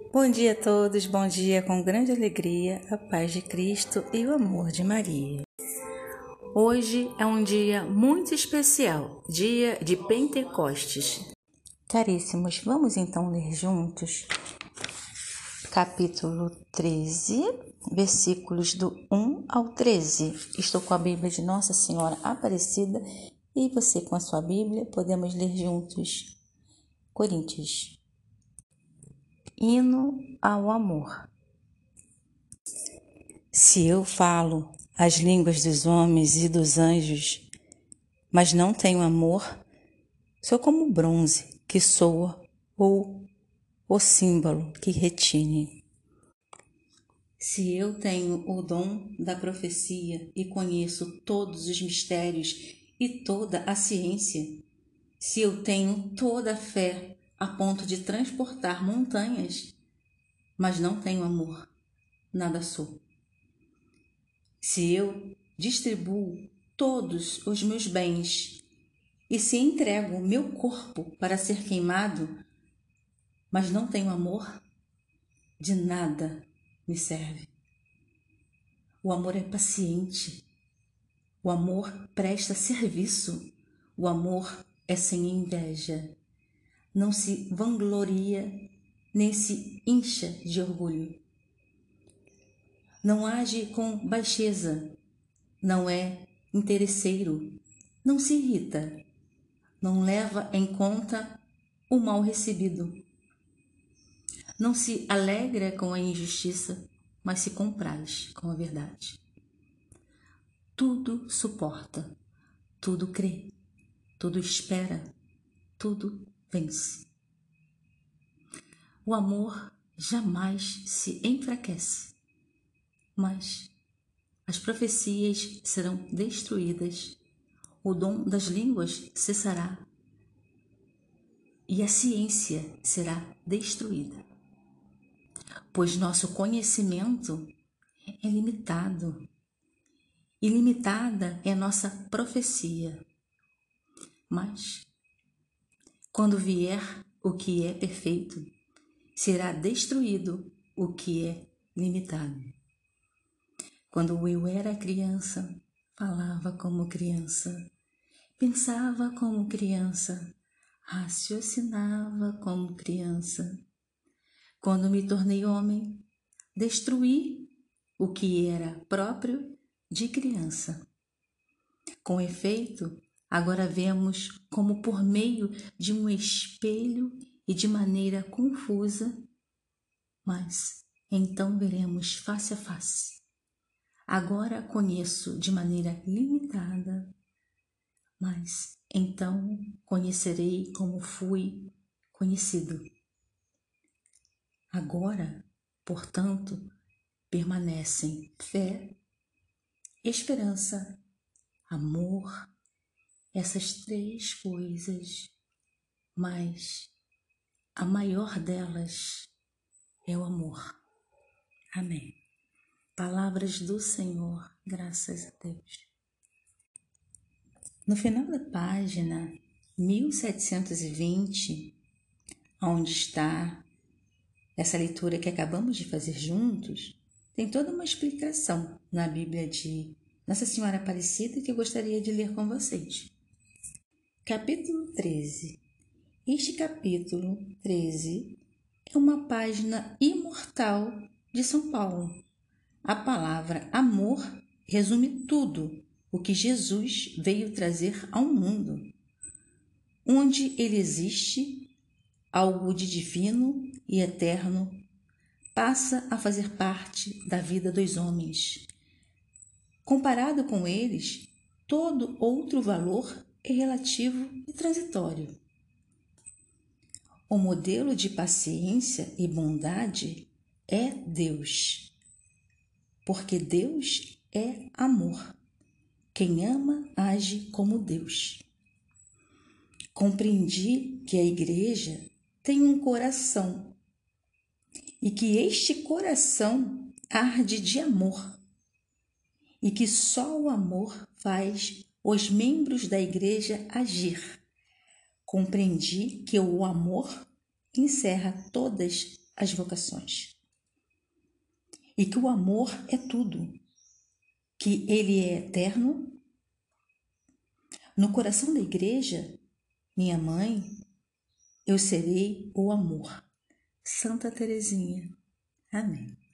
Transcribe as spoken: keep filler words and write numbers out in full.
Bom dia a todos, bom dia com grande alegria, a paz de Cristo e o amor de Maria. Hoje é um dia muito especial, dia de Pentecostes. Caríssimos, vamos então ler juntos capítulo treze, versículos do um ao treze. Estou com a Bíblia de Nossa Senhora Aparecida e você com a sua Bíblia, podemos ler juntos. Coríntios. Hino ao amor. Se eu falo as línguas dos homens e dos anjos, mas não tenho amor, sou como bronze que soa ou o símbolo que retine. Se eu tenho o dom da profecia e conheço todos os mistérios e toda a ciência, se eu tenho toda a fé a ponto de transportar montanhas, mas não tenho amor, nada sou. Se eu distribuo todos os meus bens e se entrego o meu corpo para ser queimado, mas não tenho amor, de nada me serve. O amor é paciente, o amor presta serviço, o amor é sem inveja, não se vangloria nem se incha de orgulho. Não age com baixeza, não é interesseiro, não se irrita, não leva em conta o mal recebido. Não se alegra com a injustiça, mas se compraz com a verdade. Tudo suporta, tudo crê, tudo espera, tudo vence. O amor jamais se enfraquece, mas as profecias serão destruídas, o dom das línguas cessará e a ciência será destruída, pois nosso conhecimento é limitado. Ilimitada é nossa profecia. Mas, quando vier o que é perfeito, será destruído o que é limitado. Quando eu era criança, falava como criança, pensava como criança, raciocinava como criança. Quando me tornei homem, destruí o que era próprio de criança. Com efeito, agora vemos como por meio de um espelho e de maneira confusa, mas então veremos face a face. Agora conheço de maneira limitada, mas então conhecerei como fui conhecido. Agora, portanto, permanecem fé, esperança, amor, essas três coisas, mas a maior delas é o amor. Amém. Palavras do Senhor, graças a Deus. No final da página mil setecentos e vinte, onde está essa leitura que acabamos de fazer juntos, tem toda uma explicação na Bíblia de Nossa Senhora Aparecida que eu gostaria de ler com vocês. Capítulo treze. Este capítulo treze é uma página imortal de São Paulo. A palavra amor resume tudo o que Jesus veio trazer ao mundo. Onde ele existe, algo de divino e eterno passa a fazer parte da vida dos homens. Comparado com eles, todo outro valor é relativo e transitório. O modelo de paciência e bondade é Deus, porque Deus é amor. Quem ama age como Deus. Compreendi que a Igreja tem um coração e que este coração arde de amor e que só o amor faz os membros da Igreja agir. Compreendi que o amor encerra todas as vocações. E que o amor é tudo, que ele é eterno. No coração da igreja, minha mãe, eu serei o amor. Santa Teresinha. Amém.